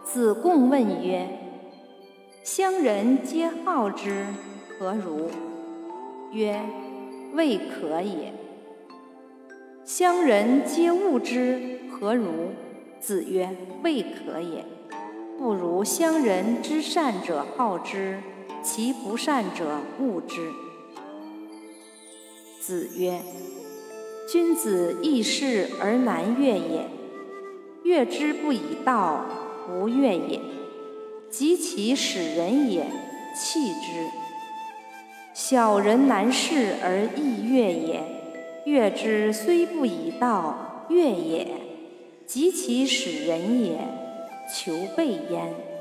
子贡问曰：乡人皆好之，何如？曰：未可也。乡人皆恶之，何如？子曰：未可也。不如乡人之善者好之，其不善者恶之。子曰：君子易事而难悦也。悦之不以道，不悦也。及其使人也，弃之。小人难事而易悦也。悦之虽不以道，悦也。及其使人也，求备焉。